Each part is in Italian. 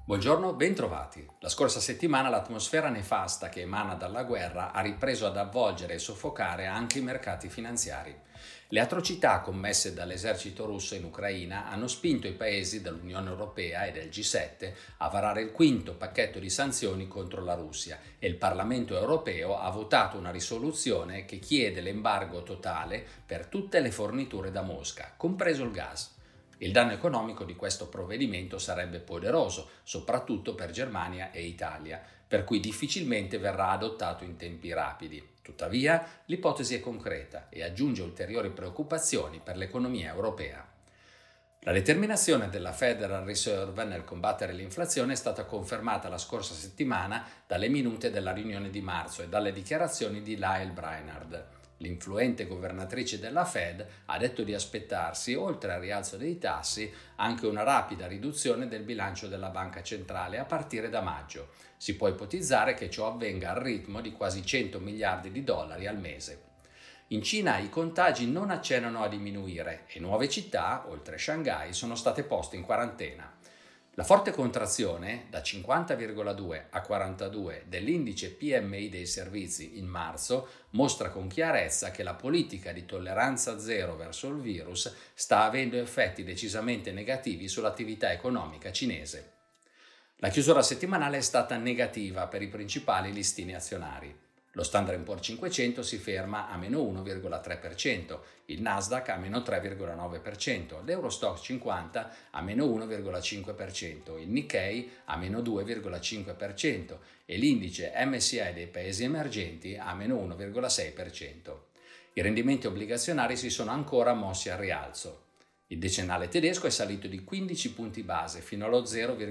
Buongiorno, bentrovati. La scorsa settimana l'atmosfera nefasta che emana dalla guerra ha ripreso ad avvolgere e soffocare anche i mercati finanziari. Le atrocità commesse dall'esercito russo in Ucraina hanno spinto i paesi dell'Unione Europea e del G7 a varare il quinto pacchetto di sanzioni contro la Russia e il Parlamento europeo ha votato una risoluzione che chiede l'embargo totale per tutte le forniture da Mosca, compreso il gas. Il danno economico di questo provvedimento sarebbe poderoso, soprattutto per Germania e Italia, per cui difficilmente verrà adottato in tempi rapidi. Tuttavia, l'ipotesi è concreta e aggiunge ulteriori preoccupazioni per l'economia europea. La determinazione della Federal Reserve nel combattere l'inflazione è stata confermata la scorsa settimana dalle minute della riunione di marzo e dalle dichiarazioni di Lael Brainard. L'influente governatrice della Fed ha detto di aspettarsi, oltre al rialzo dei tassi, anche una rapida riduzione del bilancio della banca centrale a partire da maggio. Si può ipotizzare che ciò avvenga al ritmo di quasi 100 miliardi di dollari al mese. In Cina i contagi non accennano a diminuire e nuove città, oltre Shanghai, sono state poste in quarantena. La forte contrazione, da 50,2 a 42 dell'indice PMI dei servizi in marzo, mostra con chiarezza che la politica di tolleranza zero verso il virus sta avendo effetti decisamente negativi sull'attività economica cinese. La chiusura settimanale è stata negativa per i principali listini azionari. Lo Standard & Poor's 500 si ferma a meno 1,3%, il Nasdaq a meno 3,9%, l'Eurostoxx 50 a meno 1,5%, il Nikkei a meno 2,5% e l'indice MSCI dei paesi emergenti a meno 1,6%. I rendimenti obbligazionari si sono ancora mossi al rialzo. Il decennale tedesco è salito di 15 punti base fino allo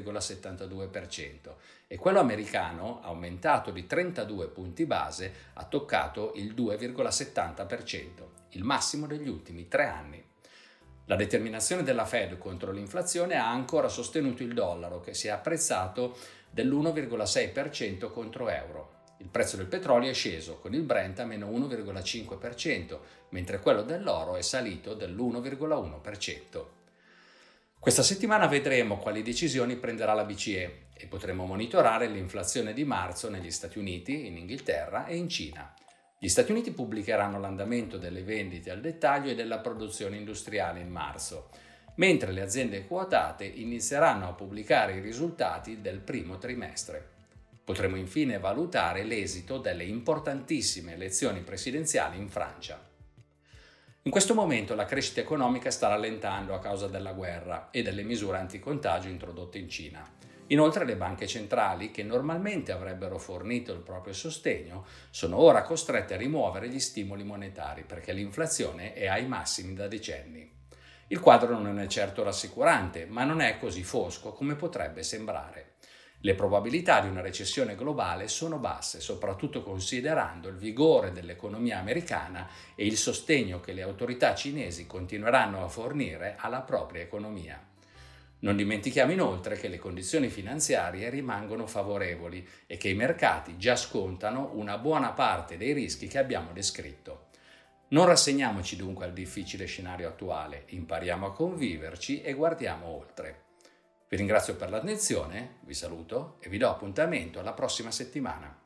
0,72% e quello americano, aumentato di 32 punti base, ha toccato il 2,70%, il massimo degli ultimi 3 anni. La determinazione della Fed contro l'inflazione ha ancora sostenuto il dollaro, che si è apprezzato dell'1,6% contro euro. Il prezzo del petrolio è sceso, con il Brent a meno 1,5%, mentre quello dell'oro è salito dell'1,1%. Questa settimana vedremo quali decisioni prenderà la BCE e potremo monitorare l'inflazione di marzo negli Stati Uniti, in Inghilterra e in Cina. Gli Stati Uniti pubblicheranno l'andamento delle vendite al dettaglio e della produzione industriale in marzo, mentre le aziende quotate inizieranno a pubblicare i risultati del primo trimestre. Potremo infine valutare l'esito delle importantissime elezioni presidenziali in Francia. In questo momento la crescita economica sta rallentando a causa della guerra e delle misure anticontagio introdotte in Cina. Inoltre le banche centrali, che normalmente avrebbero fornito il proprio sostegno, sono ora costrette a rimuovere gli stimoli monetari perché l'inflazione è ai massimi da decenni. Il quadro non è certo rassicurante, ma non è così fosco come potrebbe sembrare. Le probabilità di una recessione globale sono basse, soprattutto considerando il vigore dell'economia americana e il sostegno che le autorità cinesi continueranno a fornire alla propria economia. Non dimentichiamo inoltre che le condizioni finanziarie rimangono favorevoli e che i mercati già scontano una buona parte dei rischi che abbiamo descritto. Non rassegniamoci dunque al difficile scenario attuale, impariamo a conviverci e guardiamo oltre. Vi ringrazio per l'attenzione, vi saluto e vi do appuntamento alla prossima settimana.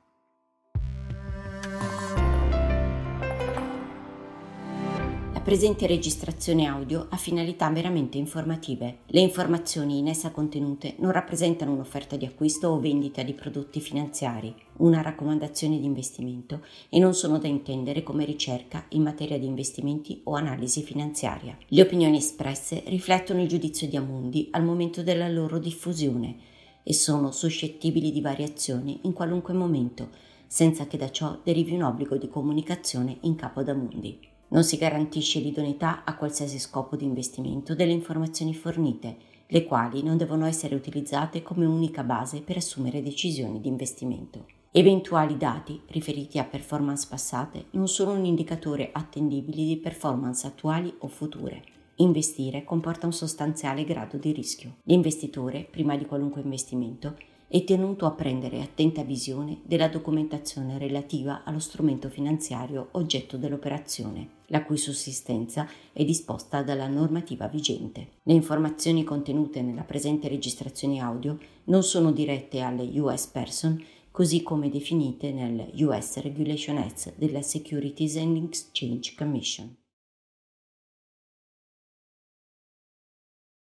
La presente registrazione audio ha finalità meramente informative. Le informazioni in essa contenute non rappresentano un'offerta di acquisto o vendita di prodotti finanziari, una raccomandazione di investimento e non sono da intendere come ricerca in materia di investimenti o analisi finanziaria. Le opinioni espresse riflettono il giudizio di Amundi al momento della loro diffusione e sono suscettibili di variazioni in qualunque momento, senza che da ciò derivi un obbligo di comunicazione in capo ad Amundi. Non si garantisce l'idoneità a qualsiasi scopo di investimento delle informazioni fornite, le quali non devono essere utilizzate come unica base per assumere decisioni di investimento. Eventuali dati riferiti a performance passate non sono un indicatore attendibile di performance attuali o future. Investire comporta un sostanziale grado di rischio. L'investitore, prima di qualunque investimento, è tenuto a prendere attenta visione della documentazione relativa allo strumento finanziario oggetto dell'operazione, la cui sussistenza è disposta dalla normativa vigente. Le informazioni contenute nella presente registrazione audio non sono dirette alle US person, così come definite nel US Regulation Act della Securities and Exchange Commission.